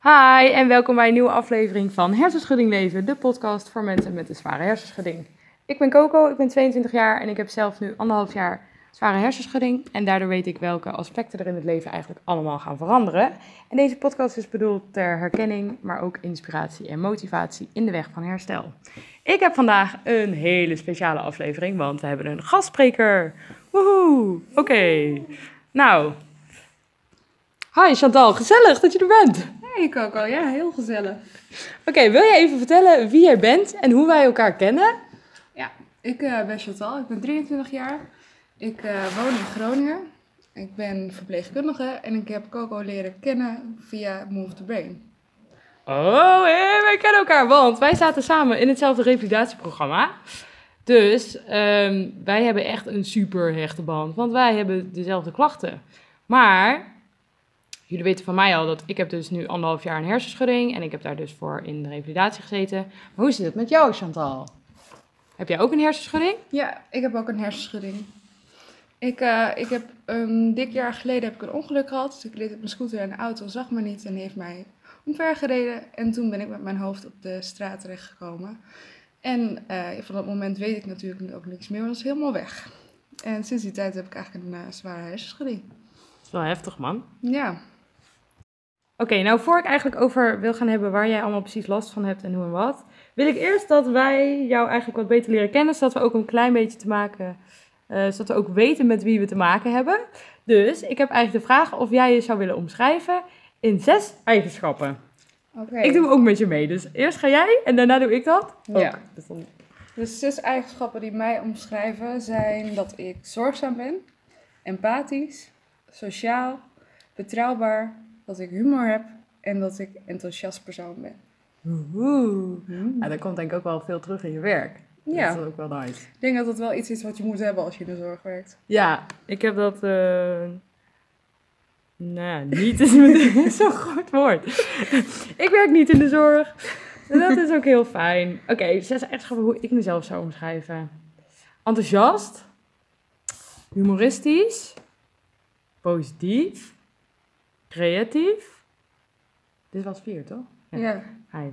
Hi en welkom bij een nieuwe aflevering van Hersenschudding Leven, de podcast voor mensen met een zware hersenschudding. Ik ben Coco, ik ben 22 jaar en ik heb zelf nu 1,5 jaar zware hersenschudding. En daardoor weet ik welke aspecten er in het leven eigenlijk allemaal gaan veranderen. En deze podcast is bedoeld ter herkenning, maar ook inspiratie en motivatie in de weg van herstel. Ik heb vandaag een hele speciale aflevering, want we hebben een gastspreker. Woehoe! Oké. Nou, hi Chantal, gezellig dat je er bent. Hey Coco, ja, heel gezellig. Oké, wil jij even vertellen wie jij bent en hoe wij elkaar kennen? Ja, ik ben Chantal, ik ben 23 jaar. Ik woon in Groningen. Ik ben verpleegkundige en ik heb Coco leren kennen via Move the Brain. Oh, hé, wij kennen elkaar, want wij zaten samen in hetzelfde revalidatieprogramma. Dus wij hebben echt een super hechte band, want wij hebben dezelfde klachten. Maar jullie weten van mij al dat ik heb dus nu 1,5 jaar een hersenschudding en ik heb daar dus voor in de revalidatie gezeten. Maar hoe zit het met jou, Chantal? Heb jij ook een hersenschudding? Ja, ik heb ook een hersenschudding. Ik heb een dik jaar geleden heb ik een ongeluk gehad. Dus ik reed op mijn scooter en de auto zag me niet en die heeft mij omver gereden. En toen ben ik met mijn hoofd op de straat terechtgekomen. En van dat moment weet ik natuurlijk ook niks meer, want dat is helemaal weg. En sinds die tijd heb ik eigenlijk een zware hersenschudding. Dat is wel heftig, man. Ja. Oké, nou voor ik eigenlijk over wil gaan hebben waar jij allemaal precies last van hebt en hoe en wat, wil ik eerst dat wij jou eigenlijk wat beter leren kennen, zodat we ook een klein beetje te maken, zodat we ook weten met wie we te maken hebben. Dus ik heb eigenlijk de vraag of jij je zou willen omschrijven in 6 eigenschappen. Oké. Ik doe ook met je mee, dus eerst ga jij en daarna doe ik dat. Ja. Ook. Dus dan- Dus 6 eigenschappen die mij omschrijven zijn dat ik zorgzaam ben, empathisch, sociaal, betrouwbaar, dat ik humor heb en dat ik enthousiast persoon ben. Woehoe. Ja, dat komt denk ik ook wel veel terug in je werk. Ja. Dat is ook wel nice. Ik denk dat dat wel iets is wat je moet hebben als je in de zorg werkt. Ja, ik heb dat. Nou, niet is zo'n groot woord. Ik werk niet in de zorg. En dat is ook heel fijn. Oké, 6 eigenschappen hoe ik mezelf zou omschrijven: enthousiast, humoristisch, positief, creatief. Dit was 4, toch? Ja. 5.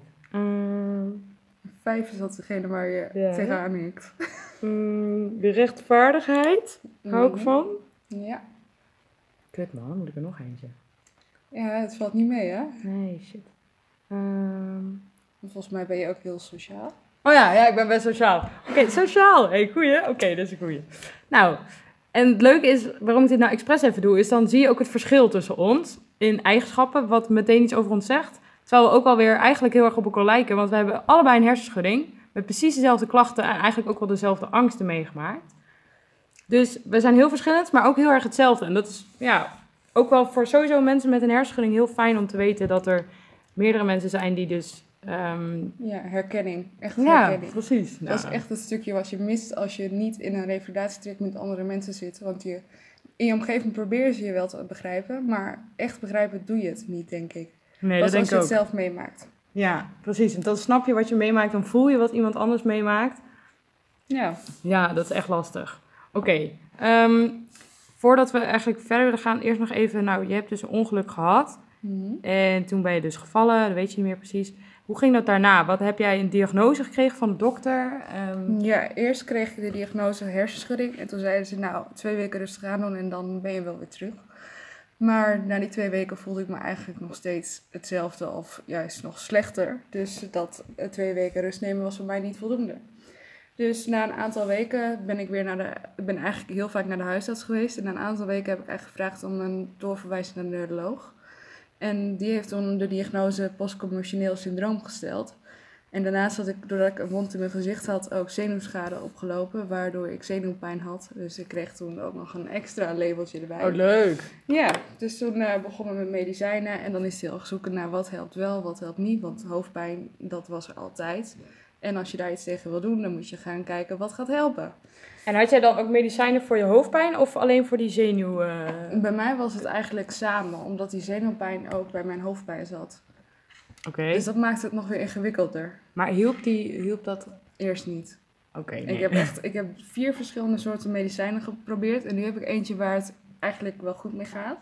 5 is dat degene waar je Ja. tegenaan hikt. De rechtvaardigheid hou ik van. Ja. Kut man, dan moet ik er nog eentje. Ja, het valt niet mee, hè? Nee, shit. Volgens mij ben je ook heel sociaal. Oh ja, ik ben best sociaal. Oké, sociaal. Hé, goeie. Oké, dat is een goeie. Nou, en het leuke is, waarom ik dit nou expres even doe, is dan zie je ook het verschil tussen ons in eigenschappen, wat meteen iets over ons zegt. Terwijl we ook alweer eigenlijk heel erg op elkaar lijken, want we hebben allebei een hersenschudding met precies dezelfde klachten en eigenlijk ook wel dezelfde angsten meegemaakt. Dus we zijn heel verschillend, maar ook heel erg hetzelfde. En dat is ja, ook wel voor sowieso mensen met een hersenschudding heel fijn om te weten dat er meerdere mensen zijn die dus... Ja, herkenning. Echt ja, herkenning. precies. Dat is echt het stukje wat je mist als je niet in een revalidatietraject met andere mensen zit. Want in je omgeving probeer je wel te begrijpen, maar echt begrijpen doe je het niet, denk ik. Nee, Pas dat denk als je ik het ook. zelf meemaakt. Ja, precies. En dan snap je wat je meemaakt, dan voel je wat iemand anders meemaakt. Ja. Ja, dat is echt lastig. Oké, voordat we eigenlijk verder willen gaan, eerst nog even... Nou, je hebt dus een ongeluk gehad en toen ben je dus gevallen, dat weet je niet meer precies. Hoe ging dat daarna? Wat heb jij een diagnose gekregen van de dokter? Ja, eerst kreeg ik de diagnose hersenschudding. En toen zeiden ze, nou, 2 weken rustig aan doen en dan ben je wel weer terug. Maar na die 2 weken voelde ik me eigenlijk nog steeds hetzelfde of juist nog slechter. Dus dat 2 weken rust nemen was voor mij niet voldoende. Dus na een aantal weken ben ik weer ik ben eigenlijk heel vaak naar de huisarts geweest. En na een aantal weken heb ik eigenlijk gevraagd om een doorverwijzing naar de neuroloog. En die heeft toen de diagnose postcommotioneel syndroom gesteld. En daarnaast had ik, doordat ik een wond in mijn gezicht had, ook zenuwschade opgelopen, waardoor ik zenuwpijn had. Dus ik kreeg toen ook nog een extra labeltje erbij. Oh, leuk. Ja, dus toen begonnen we met medicijnen en dan is hij al zoeken naar wat helpt wel, wat helpt niet. Want hoofdpijn, dat was er altijd. En als je daar iets tegen wil doen, dan moet je gaan kijken wat gaat helpen. En had jij dan ook medicijnen voor je hoofdpijn of alleen voor die zenuw? Bij mij was het eigenlijk samen, omdat die zenuwpijn ook bij mijn hoofdpijn zat. Oké. Dus dat maakt het nog weer ingewikkelder. Maar hielp dat? Eerst niet. Oké, nee. Ik heb 4 verschillende soorten medicijnen geprobeerd. En nu heb ik eentje waar het eigenlijk wel goed mee gaat.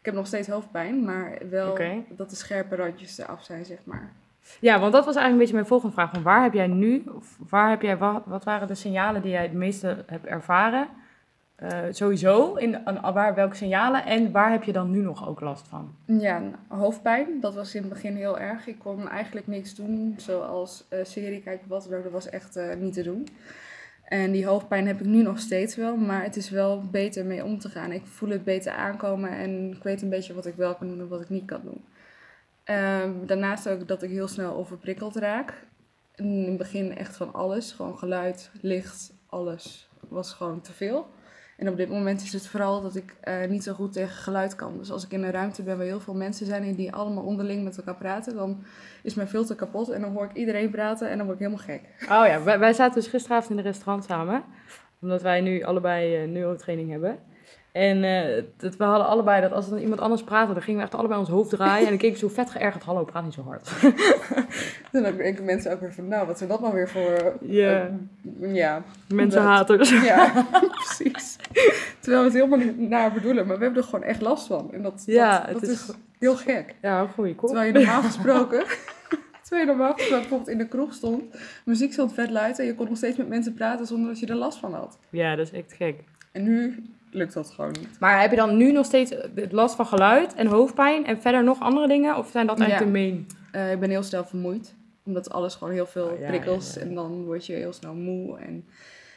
Ik heb nog steeds hoofdpijn, maar wel Oké. dat de scherpe randjes eraf zijn, zeg maar. Ja, want dat was eigenlijk een beetje mijn volgende vraag. Van waar heb jij nu, of waar heb jij, wat waren de signalen die jij het meeste hebt ervaren? Sowieso, welke signalen en waar heb je dan nu nog ook last van? Ja, hoofdpijn, dat was in het begin heel erg. Ik kon eigenlijk niks doen, zoals serie kijken, wat dan ook. Dat was echt niet te doen. En die hoofdpijn heb ik nu nog steeds wel, maar het is wel beter mee om te gaan. Ik voel het beter aankomen en ik weet een beetje wat ik wel kan doen en wat ik niet kan doen. Daarnaast ook dat ik heel snel overprikkeld raak. In het begin echt van alles, gewoon geluid, licht, alles was gewoon te veel. En op dit moment is het vooral dat ik niet zo goed tegen geluid kan. Dus als ik in een ruimte ben waar heel veel mensen zijn en die allemaal onderling met elkaar praten, dan is mijn filter kapot en dan hoor ik iedereen praten en dan word ik helemaal gek. Oh ja, wij zaten dus gisteravond in een restaurant samen. Omdat wij nu allebei neurotraining hebben. En we hadden allebei dat als er dan iemand anders praatte, dan gingen we echt allebei ons hoofd draaien. En dan keek ik zo vet geërgerd, hallo, praat niet zo hard. Dan denken mensen ook weer van, nou, wat zijn dat nou weer voor... Ja. Ja. Mensenhaters. Ja, precies. Terwijl we het helemaal niet naar bedoelen, maar we hebben er gewoon echt last van. En dat Het is heel gek. Ja, goeie kop. Terwijl je normaal gesproken bijvoorbeeld in de kroeg stond, muziek stond vet luid en je kon nog steeds met mensen praten zonder dat je er last van had. Ja, dat is echt gek. En nu lukt dat gewoon niet. Maar heb je dan nu nog steeds last van geluid en hoofdpijn en verder nog andere dingen? Of zijn dat eigenlijk de main? Ik ben heel snel vermoeid, omdat alles gewoon heel veel prikkels ja. En dan word je heel snel moe en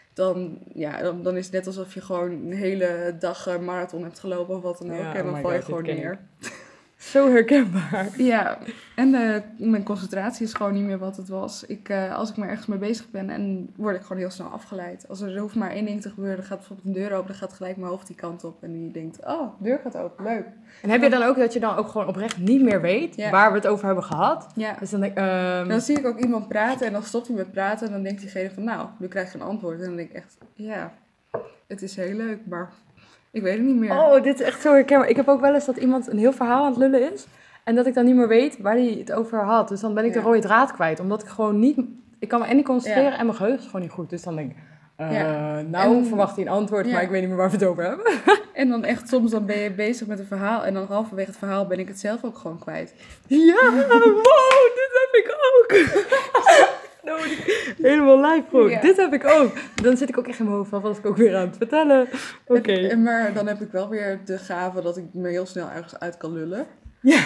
dan is het net alsof je gewoon een hele dag marathon hebt gelopen of wat dan ook. En dan val je gewoon neer. Zo herkenbaar. Ja, en mijn concentratie is gewoon niet meer wat het was. Als ik maar ergens mee bezig ben, en word ik gewoon heel snel afgeleid. Er hoeft maar één ding te gebeuren, dan gaat bijvoorbeeld een deur open, dan gaat gelijk mijn hoofd die kant op. En die denkt, oh, de deur gaat open, leuk. En heb je dan ook dat je dan ook gewoon oprecht niet meer weet waar we het over hebben gehad? Ja. Dus dan denk Dan zie ik ook iemand praten en dan stopt hij met praten en dan denkt diegene van, nou, nu krijg je een antwoord. En dan denk ik echt, ja, het is heel leuk, maar... Ik weet het niet meer. Oh, dit is echt zo herkenbaar. Ik heb ook wel eens dat iemand een heel verhaal aan het lullen is. En dat ik dan niet meer weet waar hij het over had. Dus dan ben ik de rode draad kwijt. Omdat ik gewoon niet... Ik kan me niet concentreren en mijn geheugen is gewoon niet goed. Dus dan denk ik... verwacht hij een antwoord, maar ik weet niet meer waar we het over hebben. En dan echt, soms dan ben je bezig met een verhaal. En dan halverwege het verhaal ben ik het zelf ook gewoon kwijt. Ja, wow, dit heb ik ook. Helemaal live gewoon. Ja. Dit heb ik ook. Dan zit ik ook echt in mijn hoofd van, wat was ik ook weer aan het vertellen. Oké. Maar dan heb ik wel weer de gave dat ik me heel snel ergens uit kan lullen. Ja.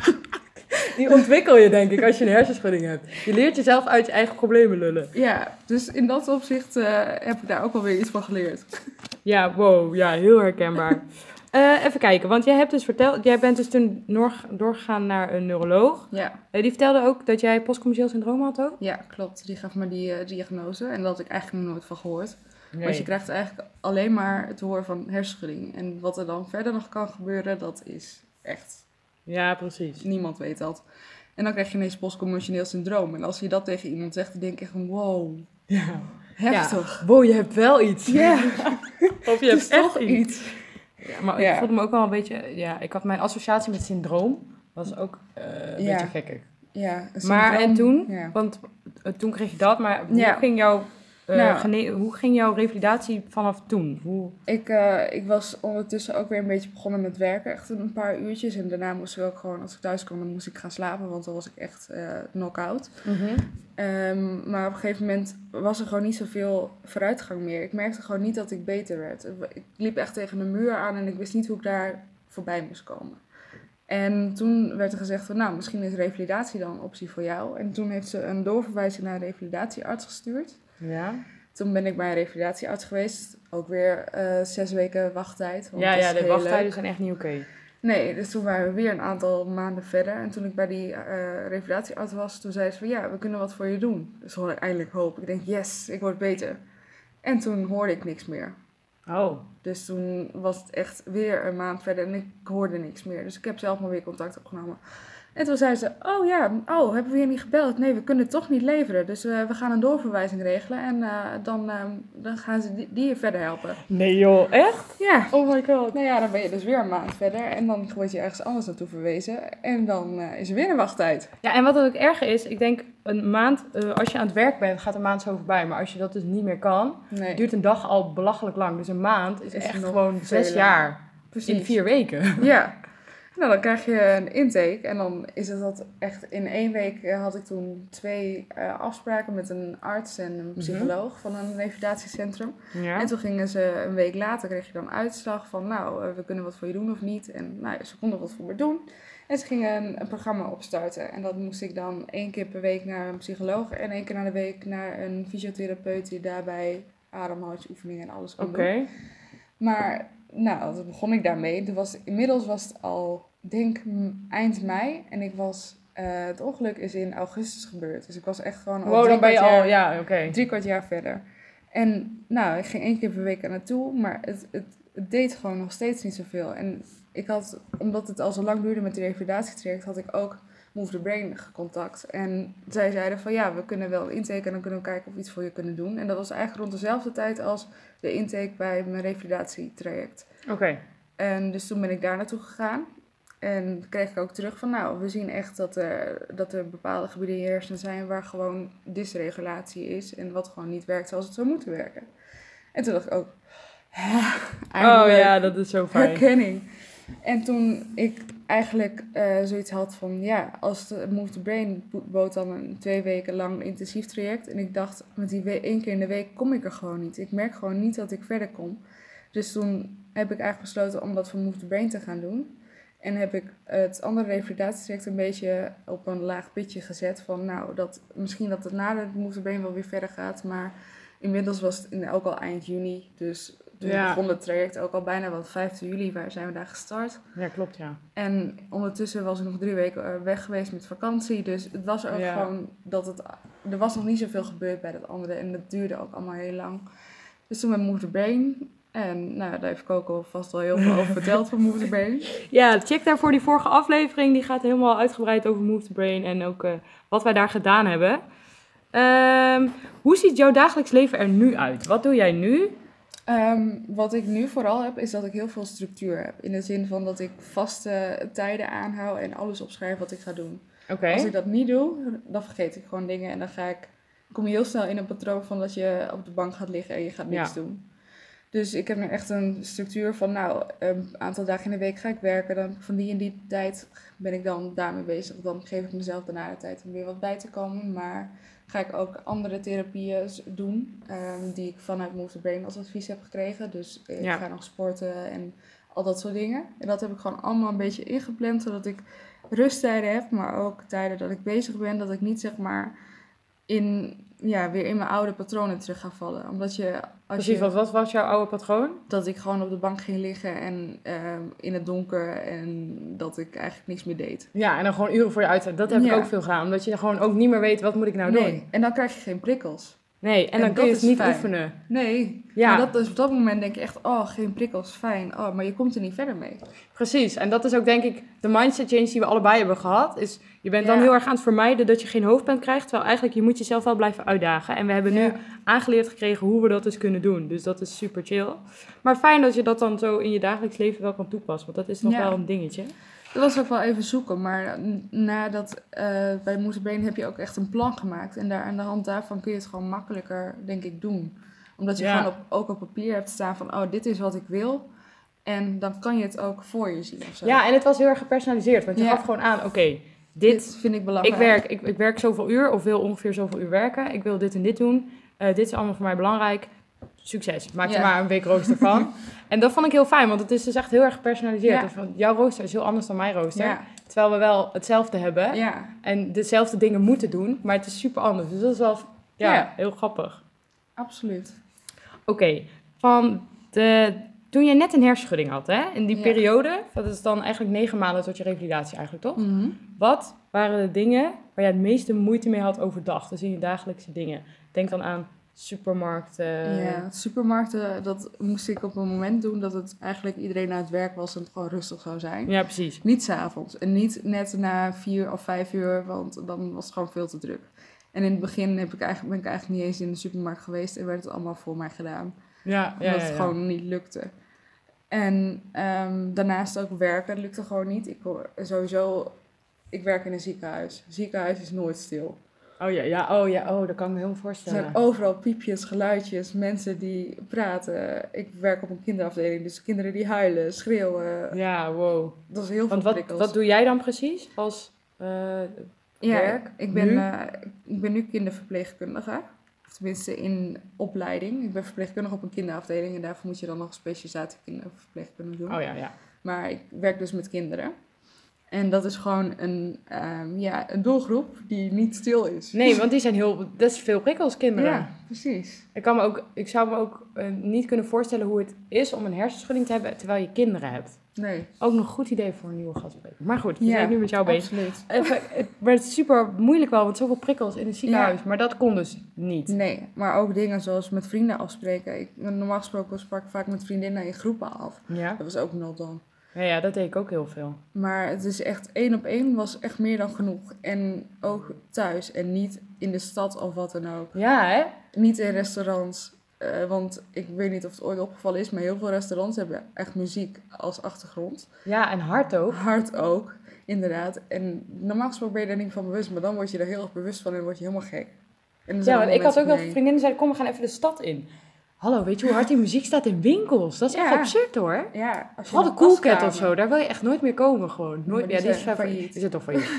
Die ontwikkel je, denk ik, als je een hersenschudding hebt. Je leert jezelf uit je eigen problemen lullen. Ja, dus in dat opzicht heb ik daar ook alweer iets van geleerd. Ja, wow. Ja, heel herkenbaar. Even kijken, want jij hebt dus verteld... Jij bent dus toen doorgegaan naar een neuroloog. Ja. Die vertelde ook dat jij postcommercieel syndroom had ook? Ja, klopt. Die gaf me die diagnose. En daar had ik eigenlijk nog nooit van gehoord. Nee. Want je krijgt eigenlijk alleen maar het horen van hersenschudding. En wat er dan verder nog kan gebeuren, dat is echt... Ja, precies. Niemand weet dat. En dan krijg je ineens postcommercieel syndroom. En als je dat tegen iemand zegt, dan denk ik echt van wow, heftig. Ja. Wow, je hebt wel iets. Ja. Of je hebt echt toch iets. Ja, maar ik voelde me ook wel een beetje... Ja, ik had mijn associatie met syndroom. Dat was ook een beetje gekkig. Ja, maar en toen? Ja. Want toen kreeg je dat. Maar hoe ging jouw revalidatie vanaf toen? Ik was ondertussen ook weer een beetje begonnen met werken. Echt een paar uurtjes. En daarna moest ik ook gewoon, als ik thuis kwam, dan moest ik gaan slapen. Want dan was ik echt knock-out. Mm-hmm. Maar op een gegeven moment was er gewoon niet zoveel vooruitgang meer. Ik merkte gewoon niet dat ik beter werd. Ik liep echt tegen een muur aan en ik wist niet hoe ik daar voorbij moest komen. En toen werd er gezegd van, nou, misschien is revalidatie dan een optie voor jou. En toen heeft ze een doorverwijzing naar een revalidatiearts gestuurd. Ja. Toen ben ik bij een revalidatiearts geweest. Ook weer 6 weken wachttijd. Ja, de wachttijden zijn echt niet oké. Nee, dus toen waren we weer een aantal maanden verder. En toen ik bij die revalidatiearts was, toen zei ze van, ja, we kunnen wat voor je doen. Dus toen had ik eindelijk hoop. Ik denk, yes, ik word beter. En toen hoorde ik niks meer. Oh. Dus toen was het echt weer een maand verder en ik hoorde niks meer. Dus ik heb zelf maar weer contact opgenomen. En toen zei ze, hebben we je niet gebeld? Nee, we kunnen het toch niet leveren. Dus we gaan een doorverwijzing regelen en dan gaan ze die je verder helpen. Nee joh, echt? Ja. Oh my god. Nou ja, dan ben je dus weer een maand verder en dan word je ergens anders naartoe verwezen. En dan is er weer een wachttijd. Ja, en wat ook erg is, ik denk een maand, als je aan het werk bent, gaat een maand zo voorbij. Maar als je dat dus niet meer kan, duurt een dag al belachelijk lang. Dus een maand is echt gewoon 6 jaar. Precies. In 4 weken. Ja. Nou, dan krijg je een intake en dan is het dat echt in 1 week had ik toen 2 afspraken met een arts en een psycholoog van een revalidatiecentrum. Ja. En toen gingen ze een week later, kreeg je dan uitslag van nou, we kunnen wat voor je doen of niet. En nou, ze konden wat voor me doen. En ze gingen een programma opstarten. En dat moest ik dan 1 keer per week naar een psycholoog en 1 keer naar de week naar een fysiotherapeut die daarbij ademhalingsoefeningen en alles kon doen. Maar nou, toen begon ik daarmee. Inmiddels was het al, denk eind mei. En het ongeluk is in augustus gebeurd. Dus ik was echt gewoon al Dan ben je al, ja, oké. 3/4 jaar verder. En nou, ik ging 1 keer per week er naartoe. Maar het deed gewoon nog steeds niet zoveel. En ik had, omdat het al zo lang duurde met die revalidatietraject, had ik ook Move the Brain gecontact. En zij zeiden van ja, we kunnen wel intaken en dan kunnen we kijken of we iets voor je kunnen doen. En dat was eigenlijk rond dezelfde tijd als de intake bij mijn revalidatietraject. Oké. En dus toen ben ik daar naartoe gegaan. En kreeg ik ook terug van nou, we zien echt dat er bepaalde gebieden in je hersenen zijn waar gewoon dysregulatie is. En wat gewoon niet werkt zoals het zou moeten werken. En toen dacht ik ook, ja, dat is zo fijn. herkenning. En toen ik eigenlijk zoiets had van ja, als de Move the Brain bood dan een 2 weken lang intensief traject. En ik dacht, met die 1 keer in de week kom ik er gewoon niet. Ik merk gewoon niet dat ik verder kom. Dus toen heb ik eigenlijk besloten om dat voor Move the Brain te gaan doen. En heb ik het andere revalidatietraject een beetje op een laag pitje gezet. Van nou, misschien dat het na de Move the Brain wel weer verder gaat. Maar inmiddels was het ook al eind juni. Dus toen begon het traject ook al bijna, want 5 juli zijn we daar gestart. Ja, klopt, ja. En ondertussen was ik nog 3 weken weg geweest met vakantie. Dus het was ook gewoon er was nog niet zoveel gebeurd bij dat andere. En dat duurde ook allemaal heel lang. Dus toen met Move the Brain. En nou, daar heeft Coco vast al heel veel over verteld van Move the Brain. Ja, check daarvoor die vorige aflevering. Die gaat helemaal uitgebreid over Move the Brain en ook wat wij daar gedaan hebben. Hoe ziet jouw dagelijks leven er nu uit? Wat doe jij nu? Wat ik nu vooral heb, is dat ik heel veel structuur heb. In de zin van dat ik vaste tijden aanhoud en alles opschrijf wat ik ga doen. Okay. Als ik dat niet doe, dan vergeet ik gewoon dingen. En dan kom je heel snel in een patroon van dat je op de bank gaat liggen en je gaat niks doen. Dus ik heb nu echt een structuur van, nou, een aantal dagen in de week ga ik werken. Dan van die en die tijd ben ik dan daarmee bezig. Dan geef ik mezelf daarna de tijd om weer wat bij te komen. Maar ga ik ook andere therapieën doen, die ik vanuit Move the Brain als advies heb gekregen. Dus ik ga nog sporten en al dat soort dingen. En dat heb ik gewoon allemaal een beetje ingepland, zodat ik rusttijden heb, maar ook tijden dat ik bezig ben. Dat ik niet zeg maar weer in mijn oude patronen terug ga vallen. Omdat Precies, wat was jouw oude patroon? Dat ik gewoon op de bank ging liggen en in het donker en dat ik eigenlijk niks meer deed. Ja, en dan gewoon uren voor je uitzet. Dat heb ik ook veel gedaan. Omdat je gewoon ook niet meer weet, wat moet ik nou doen? En dan krijg je geen prikkels. Nee, en dan kun je het niet oefenen. Nee, maar op dat moment denk je echt, geen prikkels, fijn. Maar je komt er niet verder mee. Precies, en dat is ook denk ik de mindset change die we allebei hebben gehad. Is je bent dan heel erg aan het vermijden dat je geen hoofdpijn krijgt. Terwijl eigenlijk je moet jezelf wel blijven uitdagen. En we hebben nu aangeleerd gekregen hoe we dat dus kunnen doen. Dus dat is super chill. Maar fijn dat je dat dan zo in je dagelijks leven wel kan toepassen. Want dat is nog wel een dingetje. Dat was ook wel even zoeken, maar nadat bij Move the Brain heb je ook echt een plan gemaakt. En aan de hand daarvan kun je het gewoon makkelijker, denk ik, doen. Omdat je gewoon ook op papier hebt staan van, dit is wat ik wil. En dan kan je het ook voor je zien of zo. Ja, en het was heel erg gepersonaliseerd. Want je gaf gewoon aan, dit vind ik belangrijk. Ik werk zoveel uur of wil ongeveer zoveel uur werken. Ik wil dit en dit doen. Dit is allemaal voor mij belangrijk. Succes. Maak er maar een week rooster van. En dat vond ik heel fijn, want het is dus echt heel erg gepersonaliseerd. Dus jouw rooster is heel anders dan mijn rooster. Ja. Terwijl we wel hetzelfde hebben. Ja. En dezelfde dingen moeten doen, maar het is super anders. Dus dat is wel heel grappig. Absoluut. Oké, toen je net een hersenschudding had, hè? In die periode, dat is dan eigenlijk 9 maanden tot je revalidatie eigenlijk, toch? Mm-hmm. Wat waren de dingen waar je het meeste moeite mee had overdag? Dus in je dagelijkse dingen. Denk dan aan supermarkten. Ja, supermarkten, dat moest ik op een moment doen dat het eigenlijk iedereen uit het werk was en het gewoon rustig zou zijn. Ja, precies. Niet 's avonds en niet net na 4 of 5 uur, want dan was het gewoon veel te druk. En in het begin ben ik eigenlijk niet eens in de supermarkt geweest en werd het allemaal voor mij gedaan. Omdat het gewoon niet lukte. En daarnaast ook werken lukte gewoon niet. Ik werk in een ziekenhuis. Een ziekenhuis is nooit stil. Oh ja, dat kan ik me helemaal Er voorstellen. zijn overal piepjes, geluidjes, mensen die praten. Ik werk op een kinderafdeling, dus kinderen die huilen, schreeuwen. Ja, wow. Dat is heel veel Want prikkels. wat doe jij dan precies als werk? Ik ben nu kinderverpleegkundige. Of tenminste in opleiding. Ik ben verpleegkundige op een kinderafdeling en daarvoor moet je dan nog een specialisatie kinderverpleegkundige doen. Oh ja. Maar ik werk dus met kinderen. En dat is gewoon een doelgroep die niet stil is. Nee, want dat is veel prikkels, kinderen. Ja, precies. Ik zou me ook niet kunnen voorstellen hoe het is om een hersenschudding te hebben terwijl je kinderen hebt. Nee. Ook nog een goed idee voor een nieuwe gastspreker. Maar goed, we zijn nu met jou bezig. Absoluut. Het werd super moeilijk wel, want zoveel prikkels in een ziekenhuis. Maar dat kon dus niet. Nee, maar ook dingen zoals met vrienden afspreken. Normaal gesproken sprak ik vaak met vriendinnen in groepen af. Ja? Dat was ook not dan. Ja, dat deed ik ook heel veel. Maar het is echt 1 op 1 was echt meer dan genoeg. En ook thuis en niet in de stad of wat dan ook. Ja, hè? Niet in restaurants. Want ik weet niet of het ooit opgevallen is, maar heel veel restaurants hebben echt muziek als achtergrond. Ja, en hard ook. Hard ook, inderdaad. En normaal gesproken ben je daar niet van bewust, maar dan word je er heel erg bewust van en word je helemaal gek. En Ja, want ik had ook wel vriendinnen zeiden, kom, we gaan even de stad in. Hallo, weet je hoe hard die muziek staat in winkels? Dat is echt absurd, hoor. Ja, als je Vooral de Coolcat of zo, daar wil je echt nooit meer komen gewoon. Nooit, die die is failliet. Die zit toch failliet.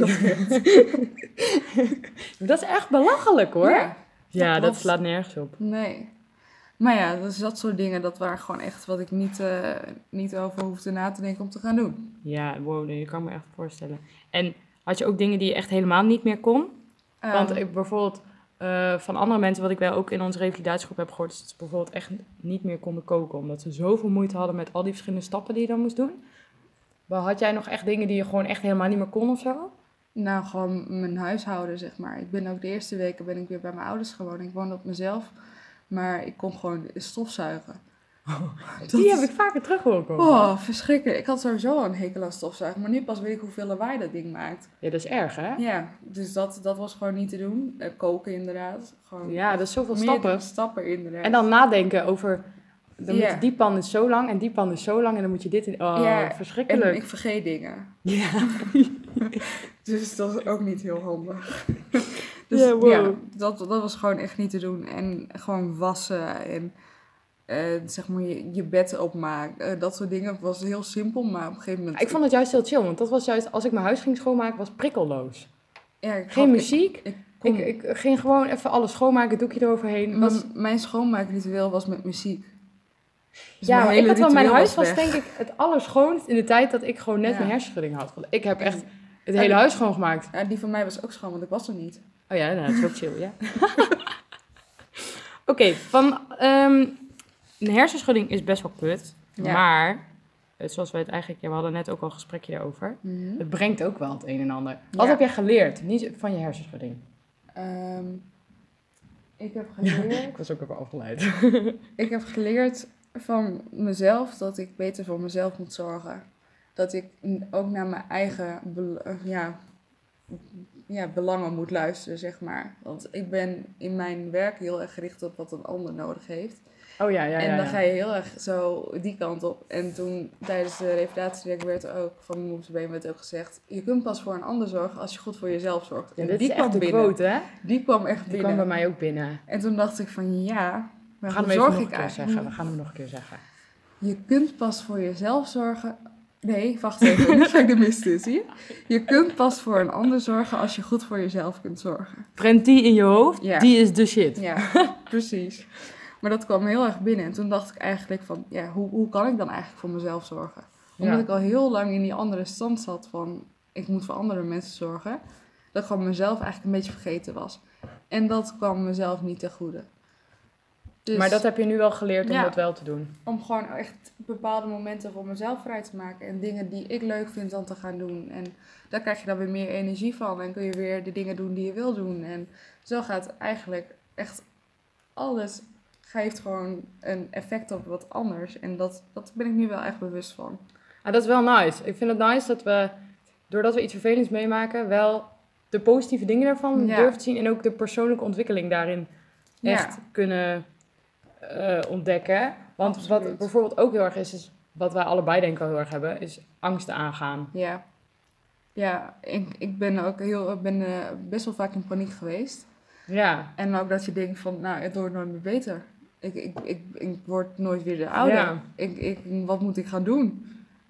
Dat is echt belachelijk, hoor. Ja, dat klopt. slaat nergens op. Nee. Maar ja, dus dat soort dingen, dat waren gewoon echt wat ik niet over hoefde na te denken om te gaan doen. Ja, wow, nee, dat kan ik me echt voorstellen. En had je ook dingen die je echt helemaal niet meer kon? Want ik bijvoorbeeld van andere mensen, wat ik wel ook in onze revalidatiegroep heb gehoord, is dat ze bijvoorbeeld echt niet meer konden koken. Omdat ze zoveel moeite hadden met al die verschillende stappen die je dan moest doen. Maar had jij nog echt dingen die je gewoon echt helemaal niet meer kon of zo? Nou, gewoon mijn huishouden, zeg maar. Ik ben ook de eerste weken ben ik weer bij mijn ouders gewoond. Ik woonde op mezelf, maar ik kon gewoon stofzuigen. Die heb ik vaker terug horen komen. Oh, verschrikkelijk. Ik had sowieso al een hekel aan stofzuigen, maar nu pas weet ik hoeveel lawaai dat ding maakt. Ja, dat is erg, hè? Ja, dus dat was gewoon niet te doen. Koken inderdaad. Gewoon Ja, dat is zoveel meerdere stappen. stappen inderdaad. En dan nadenken over, Ja. die pan is zo lang en die pan is zo lang en dan moet je dit in. Oh, Ja, verschrikkelijk. En ik vergeet dingen. Ja. Dus dat is ook niet heel handig. Ja, wow. dat was gewoon echt niet te doen. En gewoon wassen en zeg maar je bed opmaken. Dat soort dingen was heel simpel, maar op een gegeven moment... Ik vond het juist heel chill, want dat was juist, als ik mijn huis ging schoonmaken, was prikkelloos. Ja, Geen muziek. Ik Ik ging gewoon even alles schoonmaken, doekje eroverheen. Mijn schoonmaakritueel was met muziek. Dus ja, maar ik had wel, mijn huis was weg. denk ik het allerschoonst in de tijd dat ik gewoon net mijn hersenschudding had. Want ik heb echt het hele huis schoongemaakt. Ja, die van mij was ook schoon, want ik was er niet. Oh ja, nou, dat is ook chill, ja. Oké, een hersenschudding is best wel kut. Ja. Maar, zoals we het eigenlijk... Ja, we hadden net ook al een gesprekje daarover. Mhm. Het brengt ook wel het een en ander. Wat Ja. heb jij geleerd? Niet van je hersenschudding. Ik heb geleerd... Ik was ook even afgeleid. Ik heb geleerd van mezelf dat ik beter voor mezelf moet zorgen. Dat ik ook naar mijn eigen belangen moet luisteren, zeg maar. Want ik ben in mijn werk heel erg gericht op wat een ander nodig heeft. Oh ja. En dan ga je heel erg zo die kant op. En toen tijdens de revalidatiewerk werd er ook van mijn moedersbeen werd ook gezegd... Je kunt pas voor een ander zorgen als je goed voor jezelf zorgt. Ja, En dit die is kwam echt de binnen. quote, hè? Die kwam echt Die binnen. kwam bij mij ook binnen. En toen dacht ik van ja, We maar gaan hoe hem even zorg nog ik een keer eigenlijk? zeggen. We gaan hem nog een keer zeggen. Je kunt pas voor jezelf zorgen. Nee, wacht even. Nu ga ik de mist in, zie je? Je kunt pas voor een ander zorgen als je goed voor jezelf kunt zorgen. Prent die in je hoofd, Ja. die is de shit. Ja, precies. Maar dat kwam heel erg binnen. En toen dacht ik eigenlijk van, ja, hoe kan ik dan eigenlijk voor mezelf zorgen? Omdat Ja. ik al heel lang in die andere stand zat van, ik moet voor andere mensen zorgen. Dat ik gewoon mezelf eigenlijk een beetje vergeten was. En dat kwam mezelf niet ten goede. Dus Maar dat heb je nu wel geleerd om Ja. dat wel te doen. om gewoon echt bepaalde momenten voor mezelf vrij te maken. En dingen die ik leuk vind dan te gaan doen. En daar krijg je dan weer meer energie van. En kun je weer de dingen doen die je wil doen. En zo gaat eigenlijk echt alles geeft gewoon een effect op wat anders. En dat ben ik nu wel echt bewust van. Ah, dat is wel nice. Ik vind het nice dat we, doordat we iets vervelends meemaken, wel de positieve dingen daarvan Ja. durven te zien. En ook de persoonlijke ontwikkeling daarin echt kunnen ontdekken. Want Absoluut. wat bijvoorbeeld ook heel erg is wat wij allebei denk ik wel heel erg hebben, is angsten aangaan. Ja. Ja, ik ben ook best wel vaak in paniek geweest. Ja. En ook dat je denkt van, nou, het wordt nooit meer beter. Ik word nooit weer de oude. Ja. Wat moet ik gaan doen?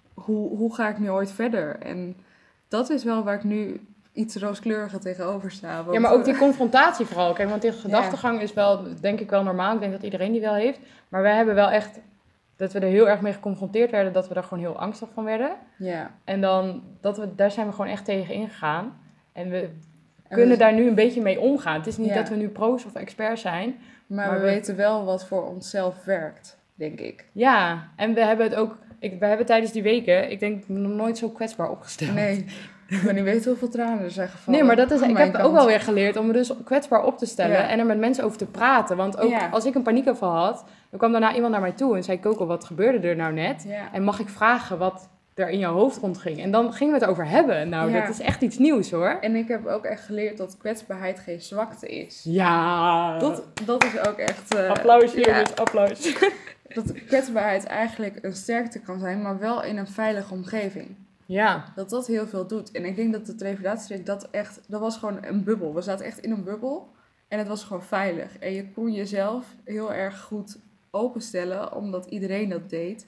Hoe ga ik nu ooit verder? En dat is wel waar ik nu iets rooskleuriger tegenover sta. Want, Ja, maar ook die confrontatie vooral. Kijk, want die gedachtegang is wel, denk ik wel normaal. Ik denk dat iedereen die wel heeft. Maar wij hebben wel echt, dat we er heel erg mee geconfronteerd werden, dat we er gewoon heel angstig van werden. Ja. En dan, daar zijn we gewoon echt tegen ingegaan. En we kunnen daar nu een beetje mee omgaan. Het is niet dat we nu pro's of experts zijn. Maar we weten wel wat voor onszelf werkt, denk ik. Ja, en we hebben het ook, we hebben tijdens die weken, ik denk, nog nooit zo kwetsbaar opgesteld. Nee, ik ben niet weten hoeveel tranen er zijn gevallen. Nee, maar dat is, ik heb ook wel weer geleerd om me dus kwetsbaar op te stellen en er met mensen over te praten. Want ook als ik een paniekaanval had, dan kwam daarna iemand naar mij toe en zei, Coco, wat gebeurde er nou net? Ja. En mag ik vragen wat er in jouw hoofd rondging? En dan gingen we het over hebben. Nou, dat is echt iets nieuws, hoor. En ik heb ook echt geleerd dat kwetsbaarheid geen zwakte is. Ja. Dat is ook echt... applaus, jongens, applaus. Dat kwetsbaarheid eigenlijk een sterkte kan zijn, maar wel in een veilige omgeving. Ja. Dat heel veel doet. En ik denk dat de revalidatietraject dat was gewoon een bubbel. We zaten echt in een bubbel en het was gewoon veilig. En je kon jezelf heel erg goed openstellen, omdat iedereen dat deed.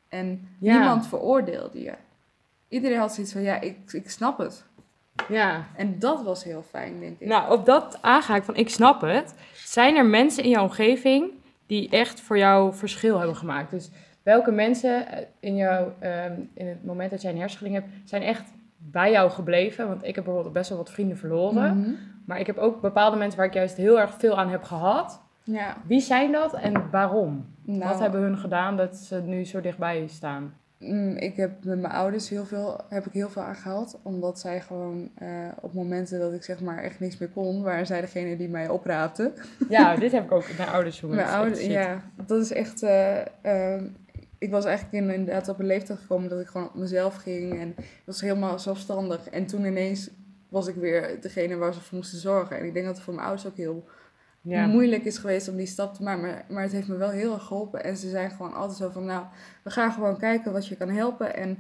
En niemand veroordeelde je. Iedereen had zoiets van, ja, ik snap het. Ja. En dat was heel fijn, denk ik. Nou, op dat aangaak van ik snap het, zijn er mensen in jouw omgeving die echt voor jou verschil hebben gemaakt. Dus welke mensen in het moment dat jij een hersenschudding hebt, zijn echt bij jou gebleven? Want ik heb bijvoorbeeld best wel wat vrienden verloren. Mhm. Maar ik heb ook bepaalde mensen waar ik juist heel erg veel aan heb gehad. Ja. Wie zijn dat en waarom? Nou, wat hebben hun gedaan dat ze nu zo dichtbij je staan? Ik heb met mijn ouders heel veel aan gehad. Omdat zij gewoon op momenten dat ik zeg maar echt niks meer kon, waren zij degene die mij opraapte. Ja, dit heb ik ook met mijn ouders jongen. Mijn ouders, ja, dat is echt... ik was eigenlijk inderdaad op een leeftijd gekomen dat ik gewoon op mezelf ging. En ik was helemaal zelfstandig. En toen ineens was ik weer degene waar ze voor moesten zorgen. En ik denk dat het voor mijn ouders ook heel moeilijk is geweest om die stap te maken. Maar het heeft me wel heel erg geholpen. En ze zijn gewoon altijd zo van, nou, we gaan gewoon kijken wat je kan helpen. En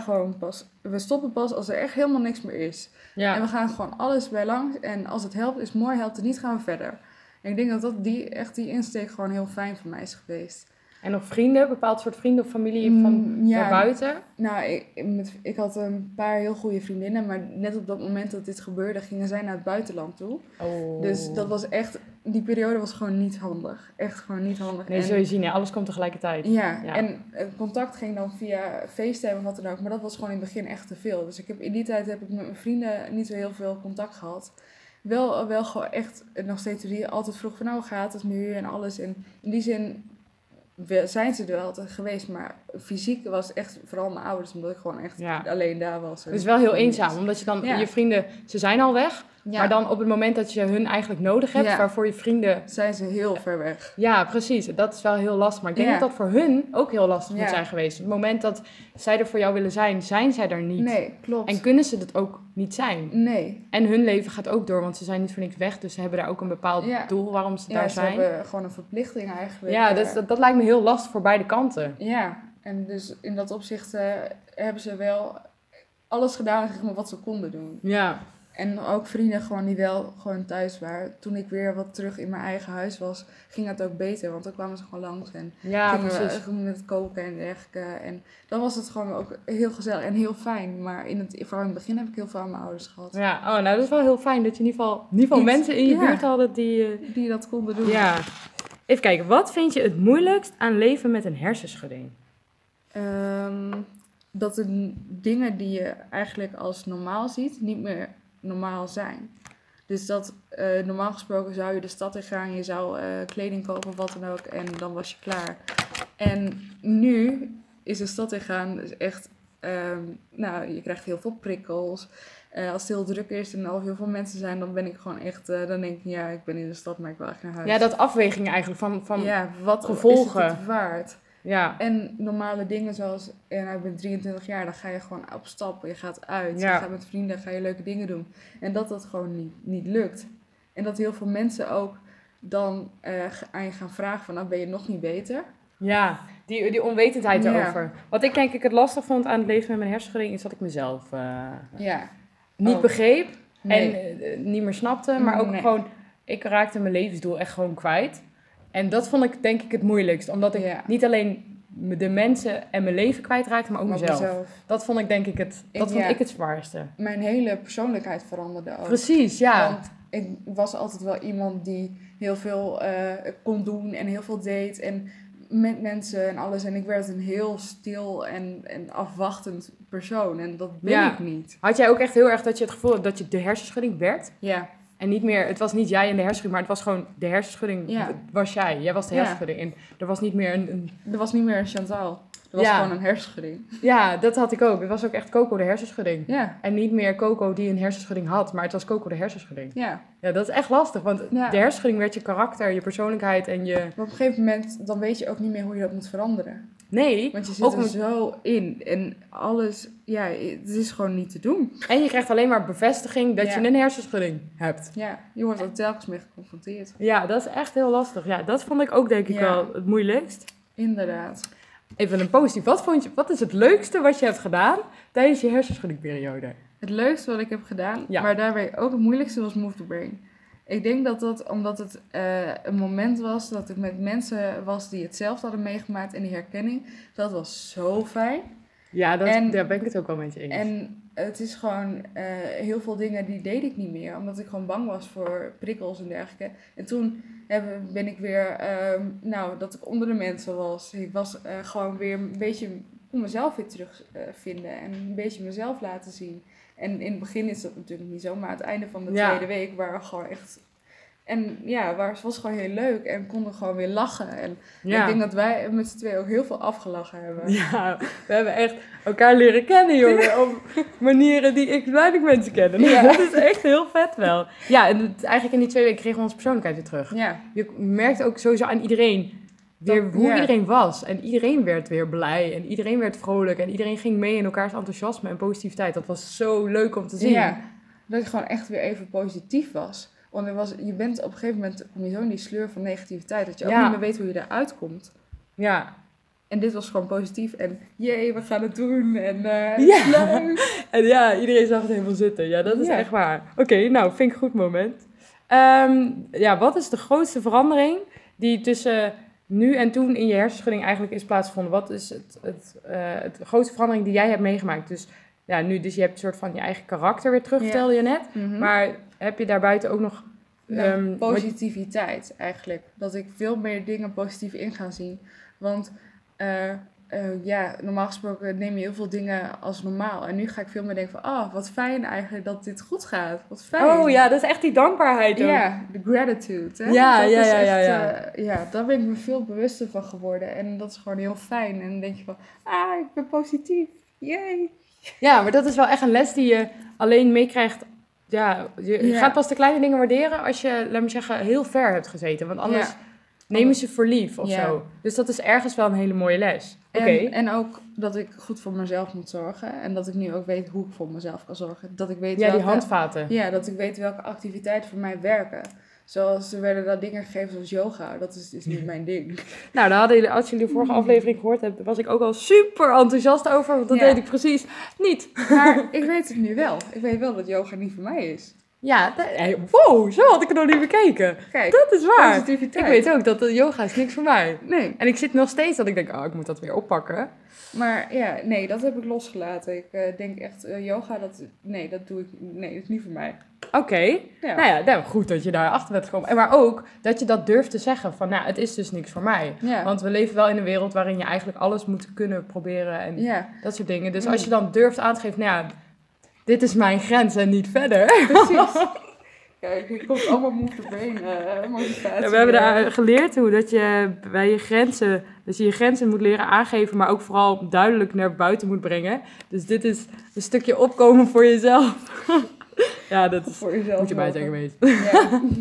we stoppen pas als er echt helemaal niks meer is. Ja. En we gaan gewoon alles bij langs. En als het helpt, is mooi. Helpt het niet, gaan we verder. En ik denk dat die insteek gewoon heel fijn voor mij is geweest. En nog vrienden, bepaald soort vrienden of familie van daarbuiten? Nou, ik had een paar heel goede vriendinnen, maar net op dat moment dat dit gebeurde, gingen zij naar het buitenland toe. Oh. Dus dat was echt, die periode was gewoon niet handig. Echt gewoon niet handig. Nee, zul je zien, alles komt tegelijkertijd. Ja, en contact ging dan via FaceTime of wat dan ook, maar dat was gewoon in het begin echt te veel. Dus in die tijd heb ik met mijn vrienden niet zo heel veel contact gehad. Wel gewoon echt nog steeds die altijd vroeg van, nou, hoe gaat het nu en alles. En in die zin zijn ze er wel altijd geweest, maar fysiek was echt vooral mijn ouders, omdat ik gewoon echt alleen daar was. Het is wel heel eenzaam, omdat je dan, je vrienden, ze zijn al weg, maar dan op het moment dat je hun eigenlijk nodig hebt, waarvoor je vrienden... Zijn ze heel ver weg. Ja, precies. Dat is wel heel lastig, maar ik denk dat dat voor hun ook heel lastig moet zijn geweest. Op het moment dat zij er voor jou willen zijn, zijn zij er niet. Nee, klopt. En kunnen ze dat ook niet zijn. Nee. En hun leven gaat ook door, want ze zijn niet voor niks weg, dus ze hebben daar ook een bepaald doel waarom ze daar zijn. Ja, ze hebben gewoon een verplichting eigenlijk. Ja, dat lijkt me heel lastig voor beide kanten. Ja, en dus in dat opzicht hebben ze wel alles gedaan zeg maar, wat ze konden doen. Ja. En ook vrienden gewoon die wel gewoon thuis waren. Toen ik weer wat terug in mijn eigen huis was, ging het ook beter. Want dan kwamen ze gewoon langs en gingen met koken en dergelijke. En dan was het gewoon ook heel gezellig en heel fijn. Maar vooral in het begin heb ik heel veel aan mijn ouders gehad. Ja, nou dat is wel heel fijn dat je in ieder geval mensen in je buurt hadden die dat konden doen. Ja. Even kijken, wat vind je het moeilijkst aan leven met een hersenschudding? Dat de dingen die je eigenlijk als normaal ziet, niet meer normaal zijn. Dus dat normaal gesproken zou je de stad in gaan, je zou kleding kopen of wat dan ook en dan was je klaar. En nu is de stad in gaan dus echt, je krijgt heel veel prikkels. Als het heel druk is en al heel veel mensen zijn, dan ben ik gewoon echt, dan denk ik, ja, ik ben in de stad, maar ik wil eigenlijk naar huis. Ja, dat afweging eigenlijk van wat gevolgen. Is het waard? Ja. En normale dingen zoals, ik ben 23 jaar, dan ga je gewoon op stap, je gaat uit, je gaat met vrienden, ga je leuke dingen doen. En dat gewoon niet lukt. En dat heel veel mensen ook dan aan je gaan vragen van, nou ben je nog niet beter? Ja, die onwetendheid Ja. erover. Wat ik denk ik het lastig vond aan het leven met mijn hersenschudding... is dat ik mezelf Ja. niet Oh. begreep Nee. en niet meer snapte. Maar ook Nee. gewoon, ik raakte mijn levensdoel echt gewoon kwijt. En dat vond ik denk ik het moeilijkst. Omdat ik Ja. niet alleen de mensen en mijn leven kwijtraakte, maar ook Maar mezelf. Dat vond ik denk ik het zwaarste. Mijn hele persoonlijkheid veranderde ook. Precies, ja. Want ik was altijd wel iemand die heel veel kon doen en heel veel deed. En met mensen en alles. En ik werd een heel stil en afwachtend persoon. En dat ben Ja. ik niet. Had jij ook echt heel erg dat je het gevoel had dat je de hersenschudding werd? Ja. En niet meer, het was niet jij en de hersenschudding, maar het was gewoon de hersenschudding Ja. was jij. Jij was de Ja. hersenschudding. En er was niet meer Er was niet meer een Chantal. Er was Ja. gewoon een hersenschudding. Ja, dat had ik ook. Het was ook echt Coco de hersenschudding. Ja. En niet meer Coco die een hersenschudding had, maar het was Coco de hersenschudding. Ja. Ja, dat is echt lastig, want Ja. de hersenschudding werd je karakter, je persoonlijkheid en je... Maar op een gegeven moment, dan weet je ook niet meer hoe je dat moet veranderen. Nee, Want je zit ook er zo in. En alles, ja, het is gewoon niet te doen. en je krijgt alleen maar bevestiging dat Ja. je een hersenschudding hebt. Ja, je wordt er telkens mee geconfronteerd. Ja, dat is echt heel lastig. Ja, dat vond ik ook denk ik Ja. wel het moeilijkst. Inderdaad. Even een positief. Wat is het leukste wat je hebt gedaan tijdens je hersenschuddingperiode? Het leukste wat ik heb gedaan, Ja. maar daarbij ook het moeilijkste, was Move the Brain. Ik denk dat omdat het een moment was dat ik met mensen was die hetzelfde hadden meegemaakt en die herkenning, dat was zo fijn. Ja, En- daar ben ik het ook wel met je eens. En het is gewoon heel veel dingen die deed ik niet meer, omdat ik gewoon bang was voor prikkels en dergelijke. En toen ben ik weer, dat ik onder de mensen was. Ik was gewoon weer een beetje om mezelf weer terug vinden en een beetje mezelf laten zien. En in het begin is dat natuurlijk niet zo, maar aan het einde van de Ja. tweede week waren we gewoon echt... En ja, het was gewoon heel leuk en konden gewoon weer lachen. En ja. ik denk dat wij met z'n tweeën ook heel veel afgelachen hebben. Ja, we hebben echt elkaar leren kennen, jongen. Op manieren die ik weinig mensen kennen. Ja. Dat is echt heel vet wel. Ja, en eigenlijk in die 2 weken kregen we onze persoonlijkheid weer terug. Ja, Je merkt ook sowieso aan iedereen weer Dat- hoe ja. iedereen was. En iedereen werd weer blij. En iedereen werd vrolijk. En iedereen ging mee in elkaars enthousiasme en positiviteit. Dat was zo leuk om te zien. ja, dat ik gewoon echt weer even positief was. Want je bent op een gegeven moment, kom je zo in die sleur van negativiteit, dat je ook Ja. niet meer weet hoe je eruit komt. Ja. En dit was gewoon positief en jee, we gaan het doen en Ja. het is leuk. En ja, iedereen zag het helemaal zitten. Ja, dat is Ja. echt waar. Oké, nou, vind ik een goed moment. Wat is de grootste verandering die tussen nu en toen in je hersenschudding eigenlijk is plaatsgevonden? Wat is het grootste verandering die jij hebt meegemaakt? Dus ja, nu, dus je hebt een soort van je eigen karakter weer terug, Ja. vertelde je net. Mhm. Maar heb je daarbuiten ook nog... Positiviteit eigenlijk. Dat ik veel meer dingen positief in ga zien. Want normaal gesproken neem je heel veel dingen als normaal. En nu ga ik veel meer denken van, wat fijn eigenlijk dat dit goed gaat. Wat fijn. Oh ja, dat is echt die dankbaarheid ook. Ja, de gratitude. Hè? Ja, Dat ja, is ja, echt, ja. daar ben ik me veel bewuster van geworden. En dat is gewoon heel fijn. En dan denk je van, ik ben positief. Yay. Ja, maar dat is wel echt een les die je alleen meekrijgt. Ja, je Ja. gaat gaat pas de kleine dingen waarderen als je, laat me zeggen, heel ver hebt gezeten. Want anders nemen ze voor lief of Ja. zo. Dus dat is ergens wel een hele mooie les. Oké. En ook dat ik goed voor mezelf moet zorgen. En dat ik nu ook weet hoe ik voor mezelf kan zorgen. Dat ik weet Ja, die welke, handvaten. Ja, dat ik weet welke activiteiten voor mij werken. Zoals er werden daar dingen gegeven zoals yoga. Dat is dus niet mijn ding. Nou, daar hadden jullie, als jullie de vorige aflevering gehoord hebben, was ik ook al super enthousiast over. Want dat Ja. deed ik precies niet. Maar ik weet het nu wel. Ik weet wel dat yoga niet voor mij is. Ja, wow, zo had ik het nog niet bekeken. Kijk, Dat is waar. positiviteit. Ik weet ook dat de yoga is niks voor mij. Nee, En ik zit nog steeds dat ik denk, ik moet dat weer oppakken. maar ja, nee, dat heb ik losgelaten. Ik denk echt, yoga, dat doe ik, nee, dat is niet voor mij. Oké. Ja. Nou ja, nou, goed dat je daar achter bent gekomen. Maar ook dat je dat durft te zeggen van, nou, het is dus niks voor mij. Ja. Want we leven wel in een wereld waarin je eigenlijk alles moet kunnen proberen en Ja, dat soort dingen. Dus als je dan durft aan te geven, nou ja, dit is mijn grens en niet verder. precies. Kijk, hier komt allemaal move the brain motivatie. Ja, we hebben daar geleerd hoe dat je bij je grenzen, dat je je grenzen moet leren aangeven, maar ook vooral duidelijk naar buiten moet brengen. Dus dit is een stukje opkomen voor jezelf. Ja, dat is, voor jezelf. moet je bij mogen. zeggen wezen.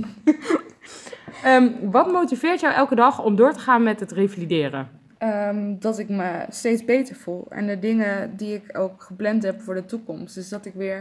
Ja. Wat motiveert jou elke dag om door te gaan met het revalideren? Dat ik me steeds beter voel. En de dingen die ik ook gepland heb voor de toekomst. Dus dat ik weer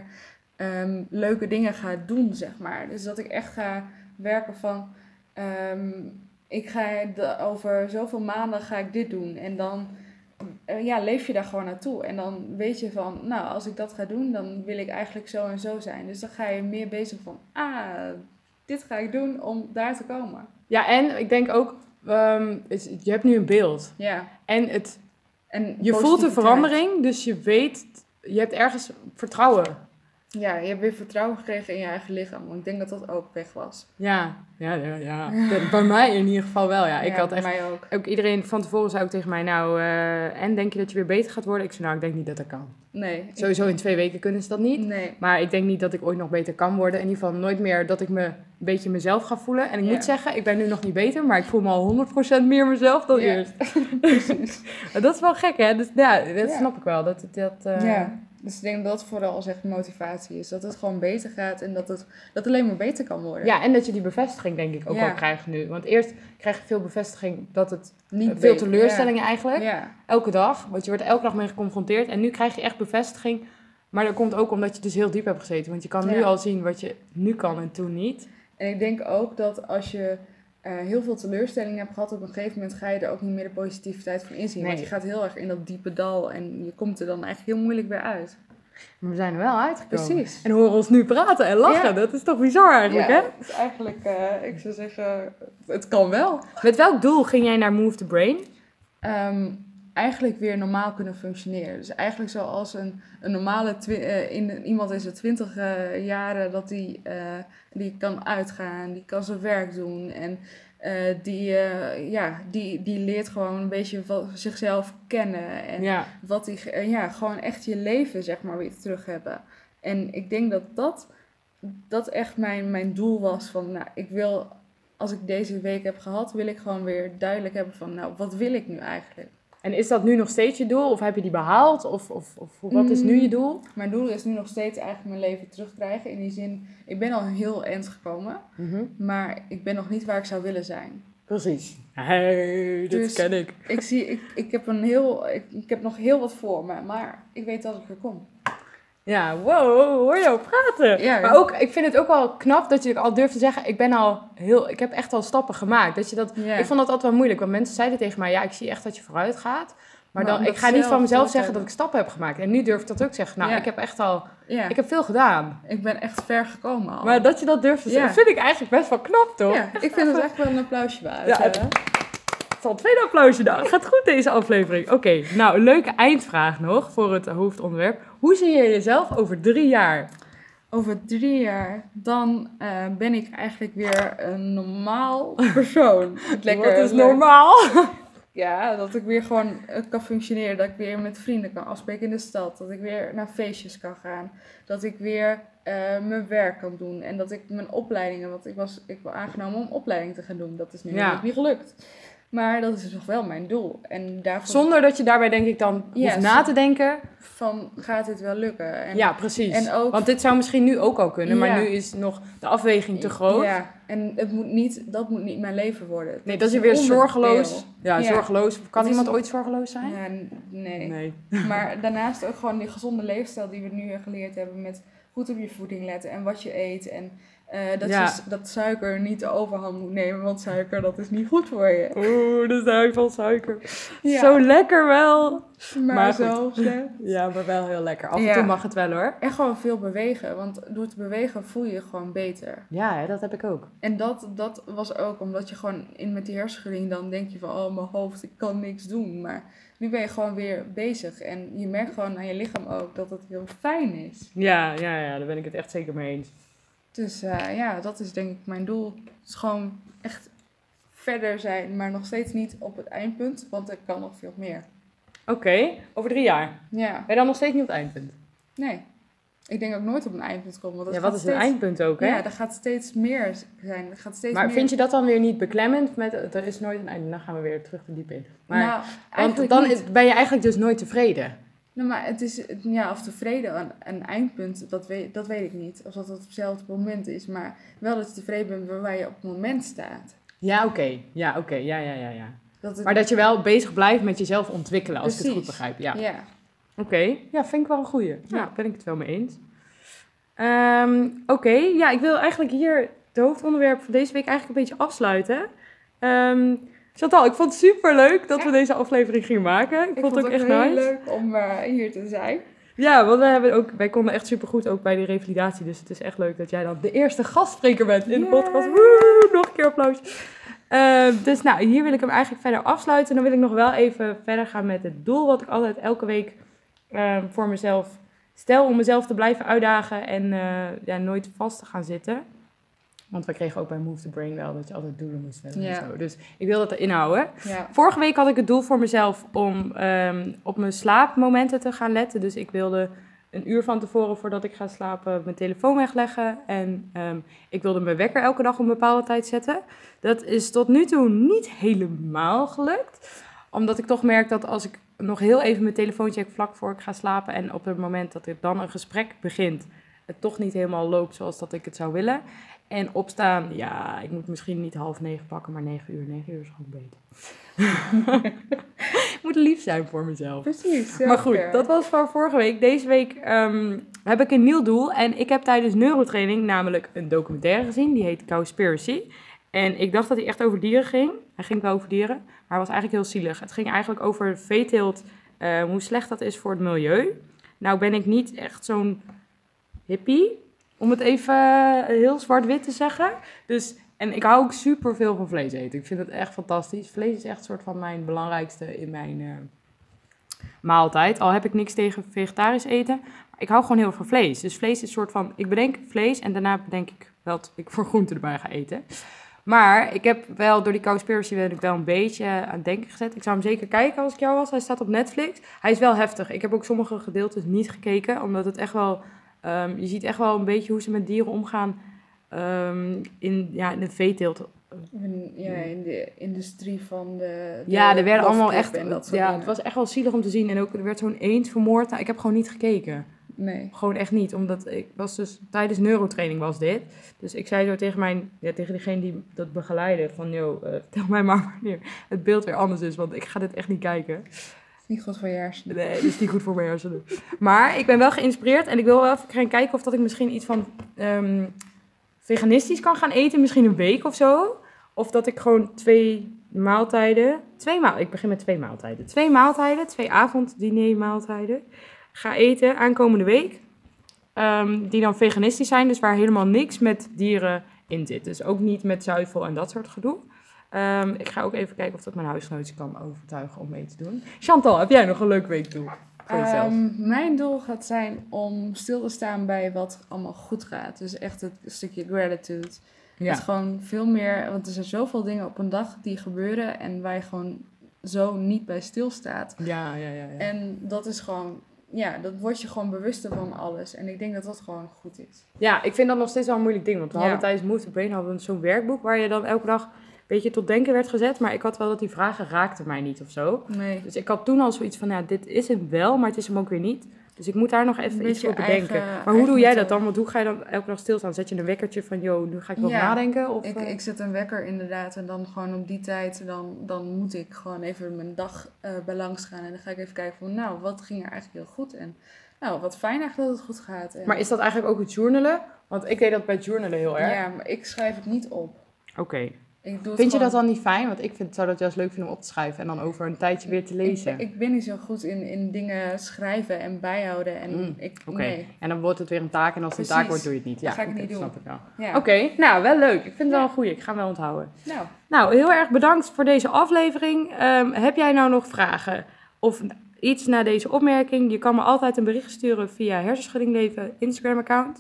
leuke dingen ga doen, zeg maar. Dus dat ik echt ga werken van... ik ga over zoveel maanden ga ik dit doen. En dan leef je daar gewoon naartoe. En dan weet je van, nou, als ik dat ga doen, dan wil ik eigenlijk zo en zo zijn. Dus dan ga je meer bezig van, dit ga ik doen om daar te komen. Ja, en ik denk ook, je hebt nu een beeld. Ja. En je voelt een positiviteit. verandering, dus je weet, je hebt ergens vertrouwen. Ja, je hebt weer vertrouwen gekregen in je eigen lichaam. Want ik denk dat dat ook weg was. Ja. Bij mij in ieder geval wel, ja. Ik Ja, had bij echt, mij ook. ook iedereen van tevoren zei ook tegen mij, nou, en denk je dat je weer beter gaat worden? Ik zei, nou, ik denk niet dat dat kan. Nee. Sowieso in 2 weken kunnen ze dat niet. Nee. Maar ik denk niet dat ik ooit nog beter kan worden. In ieder geval nooit meer dat ik me een beetje mezelf ga voelen. En ik moet zeggen, ik ben nu nog niet beter, maar ik voel me al 100% meer mezelf dan eerst. Precies. Dat is wel gek, hè? Dus, ja, dat snap ik wel. Ja, dus ik denk dat vooral echt motivatie is. Dat het gewoon beter gaat en dat het alleen maar beter kan worden. Ja, en dat je die bevestiging denk ik ook wel krijgt nu. Want eerst krijg je veel bevestiging dat het Niet veel beter, teleurstellingen eigenlijk. Ja. Elke dag, want je wordt elke dag mee geconfronteerd. En nu krijg je echt bevestiging. Maar dat komt ook omdat je dus heel diep hebt gezeten. Want je kan nu al zien wat je nu kan en toen niet. En ik denk ook dat als je heel veel teleurstellingen hebt gehad, op een gegeven moment ga je er ook niet meer de positiviteit van inzien. Nee. Want je gaat heel erg in dat diepe dal en je komt er dan eigenlijk heel moeilijk weer uit. Maar we zijn er wel uitgekomen. Precies. En horen ons nu praten en lachen. Ja. Dat is toch bizar eigenlijk, hè? Het is eigenlijk, ik zou zeggen, het kan wel. Met welk doel ging jij naar Move the Brain? Eigenlijk weer normaal kunnen functioneren. Dus eigenlijk zoals een normale iemand in zijn 20 jaren, dat die kan uitgaan, die kan zijn werk doen en die leert gewoon een beetje zichzelf kennen en wat gewoon echt je leven zeg maar weer terug hebben. En ik denk dat echt mijn doel was van, nou, ik wil, als ik deze week heb gehad, wil ik gewoon weer duidelijk hebben van, nou, wat wil ik nu eigenlijk? En is dat nu nog steeds je doel? Of heb je die behaald? Of wat is nu je doel? Mijn doel is nu nog steeds eigenlijk mijn leven terugkrijgen. In die zin, ik ben al heel eind gekomen. Maar ik ben nog niet waar ik zou willen zijn. Precies. Hey, dit Dus ken ik. Ik heb nog heel wat voor me. Maar ik weet dat ik er kom. Ja, wow, hoor jou praten. Ja, maar ook, ik vind het ook wel knap dat je al durft te zeggen, ik heb echt al stappen gemaakt. Ik vond dat altijd wel moeilijk, want mensen zeiden tegen mij, ja, ik zie echt dat je vooruit gaat. Maar ik ga niet van mezelf zeggen dat ik stappen heb gemaakt. En nu durf ik dat ook zeggen. Nou, ik heb echt al, ik heb veel gedaan. Ik ben echt ver gekomen al. Maar dat je dat durft te zeggen, vind ik eigenlijk best wel knap, toch? Ja, ik vind het echt wel een applausje waard. Ja, het zal een tweede applausje dan. Gaat goed deze aflevering. Oké, nou, een leuke eindvraag nog voor het hoofdonderwerp. Hoe zie je jezelf over 3 jaar? Over 3 jaar, dan ben ik eigenlijk weer een normaal persoon. Wat is normaal? Ja, dat ik weer gewoon kan functioneren. Dat ik weer met vrienden kan afspreken in de stad. Dat ik weer naar feestjes kan gaan. Dat ik weer mijn werk kan doen. En dat ik mijn opleidingen, want ik was aangenomen om opleiding te gaan doen. Dat is nu nog niet gelukt. Maar dat is dus nog wel mijn doel. En daarvoor... Zonder dat je daarbij denk ik dan hoeft na te denken. Van, gaat dit wel lukken? En, ja, precies. En ook, want dit zou misschien nu ook al kunnen. Maar nu is nog de afweging te groot. Ja, en dat moet niet mijn leven worden. Nee, dat je weer zorgeloos... Ja, zorgeloos. Kan iemand ooit zorgeloos zijn? Ja, nee. Maar daarnaast ook gewoon die gezonde leefstijl die we nu geleerd hebben. Met goed op je voeding letten en wat je eet. En dat suiker niet de overhand moet nemen. Want suiker, dat is niet goed voor je. Oeh, de zuiver van suiker. Ja. Zo lekker wel. Maar zo slecht. Ja, maar wel heel lekker. Af en toe mag het wel hoor. En gewoon veel bewegen. Want door te bewegen voel je je gewoon beter. Ja, dat heb ik ook. En dat was ook omdat je gewoon met die hersenschudding dan denk je van... Oh, mijn hoofd, ik kan niks doen. Maar nu ben je gewoon weer bezig. En je merkt gewoon aan je lichaam ook dat het heel fijn is. Ja, daar ben ik het echt zeker mee eens. Dus dat is denk ik mijn doel. Het is gewoon echt verder zijn, maar nog steeds niet op het eindpunt. Want er kan nog veel meer. Oké, over 3 jaar. Ja. Ben je dan nog steeds niet op het eindpunt? Nee. Ik denk ook nooit op een eindpunt komen. Want wat is een eindpunt ook, hè? Ja, er gaat steeds meer zijn. Maar vind je dat dan weer niet beklemmend? Er is nooit een einde. Dan gaan we weer terug de diep in. Maar, want dan ben je eigenlijk dus nooit tevreden. Nou, maar het is, of tevreden een eindpunt, dat weet ik niet. Of dat het op hetzelfde moment is. Maar wel dat je tevreden bent waar je op het moment staat. Ja, oké. Ja. Maar dat je wel bezig blijft met jezelf ontwikkelen, als ik het goed begrijp. Ja. Oké, vind ik wel een goeie. Ja, daar ben ik het wel mee eens. Oké, ik wil eigenlijk hier het hoofdonderwerp van deze week eigenlijk een beetje afsluiten. Chantal, ik vond het super leuk dat we deze aflevering gingen maken. Ik vond het ook echt heel nice. leuk om hier te zijn. Ja, want wij konden echt supergoed ook bij die revalidatie. Dus het is echt leuk dat jij dan de eerste gastspreker bent in de podcast. Woe, nog een keer applaus. Dus nou, hier wil ik hem eigenlijk verder afsluiten. Dan wil ik nog wel even verder gaan met het doel wat ik altijd elke week voor mezelf stel. Om mezelf te blijven uitdagen en nooit vast te gaan zitten. Want wij kregen ook bij Move the Brain wel dat je altijd doelen moest stellen en zo. Dus ik wil dat erin houden. Ja. Vorige week had ik het doel voor mezelf om op mijn slaapmomenten te gaan letten. Dus ik wilde een uur van tevoren voordat ik ga slapen mijn telefoon wegleggen. En ik wilde mijn wekker elke dag op een bepaalde tijd zetten. Dat is tot nu toe niet helemaal gelukt. Omdat ik toch merk dat als ik nog heel even mijn telefoon check vlak voor ik ga slapen. En op het moment dat er dan een gesprek begint, het toch niet helemaal loopt zoals dat ik het zou willen. En opstaan, ja, ik moet misschien niet 8:30 pakken, maar 9 uur. 9 uur is gewoon beter. Ik moet lief zijn voor mezelf. Precies. Maar goed, dat was van vorige week. Deze week heb ik een nieuw doel. En ik heb tijdens neurotraining namelijk een documentaire gezien. Die heet Cowspiracy. En ik dacht dat hij echt over dieren ging. Hij ging wel over dieren, maar hij was eigenlijk heel zielig. Het ging eigenlijk over veeteelt, hoe slecht dat is voor het milieu. Nou ben ik niet echt zo'n hippie, om het even heel zwart-wit te zeggen. En ik hou ook super veel van vlees eten. Ik vind het echt fantastisch. Vlees is echt een soort van mijn belangrijkste in mijn maaltijd. Al heb ik niks tegen vegetarisch eten. Maar ik hou gewoon heel erg van vlees. Dus vlees is een soort van, ik bedenk vlees en daarna bedenk ik wel dat ik voor groenten erbij ga eten. Maar ik heb wel, door die Cowspiracy ben ik wel een beetje aan het denken gezet. Ik zou hem zeker kijken als ik jou was. Hij staat op Netflix. Hij is wel heftig. Ik heb ook sommige gedeeltes niet gekeken, omdat het echt wel... je ziet echt wel een beetje hoe ze met dieren omgaan in de veeteelt. In de industrie van de ja, er werden allemaal lofkip echt... en dat soort Ja, dingen. het was echt wel zielig om te zien. En ook, er werd zo'n eend vermoord. Nou, ik heb gewoon niet gekeken. Nee. Gewoon echt niet. Omdat ik was dus... Tijdens neurotraining was dit. Dus ik zei zo tegen tegen degene die dat begeleidde. Van, vertel mij maar wanneer het beeld weer anders is. Want ik ga dit echt niet kijken. Niet goed voor je hersenen. Nee, dat is niet goed voor mijn hersenen. Maar ik ben wel geïnspireerd en ik wil wel even gaan kijken of dat ik misschien iets van veganistisch kan gaan eten. Misschien een week of zo. Of dat ik gewoon 2 maaltijden... Ik begin met 2 maaltijden. 2 maaltijden, 2 avonddinermaaltijden ga eten aankomende week. Die dan veganistisch zijn, dus waar helemaal niks met dieren in zit. Dus ook niet met zuivel en dat soort gedoe. Ik ga ook even kijken of dat mijn huisgenootje kan overtuigen om mee te doen. Chantal, heb jij nog een leuk weekdoel voor jezelf? Mijn doel gaat zijn om stil te staan bij wat allemaal goed gaat. Dus echt het stukje gratitude. Ja. Het gewoon veel meer, want er zijn zoveel dingen op een dag die gebeuren en waar je gewoon zo niet bij stilstaat. Ja. En dat is gewoon, dat word je gewoon bewuster van alles. En ik denk dat dat gewoon goed is. Ja, ik vind dat nog steeds wel een moeilijk ding. Want we hadden tijdens Move the Brain hadden we zo'n werkboek waar je dan elke dag een beetje tot denken werd gezet. Maar ik had wel dat die vragen raakten mij niet of zo. Nee. Dus ik had toen al zoiets van, dit is hem wel, maar het is hem ook weer niet. Dus ik moet daar nog even iets voor bedenken. Maar hoe doe jij dat dan? Want hoe ga je dan elke dag stilstaan? Zet je een wekkertje van, nu ga ik wel nadenken? Of, ik zet een wekker inderdaad. En dan gewoon op die tijd, dan moet ik gewoon even mijn dag bij langs gaan. En dan ga ik even kijken van, wat ging er eigenlijk heel goed? En wat fijn eigenlijk dat het goed gaat. En maar is dat eigenlijk ook het journalen? Want ik deed dat bij journalen heel erg. Ja, maar ik schrijf het niet op. Oké. Vind je dat dan niet fijn? Want ik zou dat juist leuk vinden om op te schrijven en dan over een tijdje weer te lezen. Ik ben niet zo goed in dingen schrijven en bijhouden. En nee. En dan wordt het weer een taak en als het een taak wordt, doe je het niet. Ja, dat ga ik niet doen. Snap ik wel. Ja. Oké, nou wel leuk. Ik vind het wel een goeie. Ik ga hem wel onthouden. Nou, heel erg bedankt voor deze aflevering. Heb jij nou nog vragen of iets na deze opmerking? Je kan me altijd een bericht sturen via Hersenschuddingleven Instagram-account.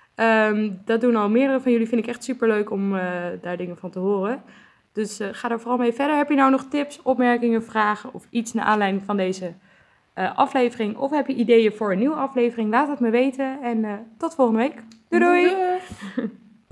Dat doen al meerdere van jullie. Vind ik echt superleuk om daar dingen van te horen. Dus ga daar vooral mee verder. Heb je nou nog tips, opmerkingen, vragen of iets naar aanleiding van deze aflevering? Of heb je ideeën voor een nieuwe aflevering? Laat het me weten. En tot volgende week. Doei doei!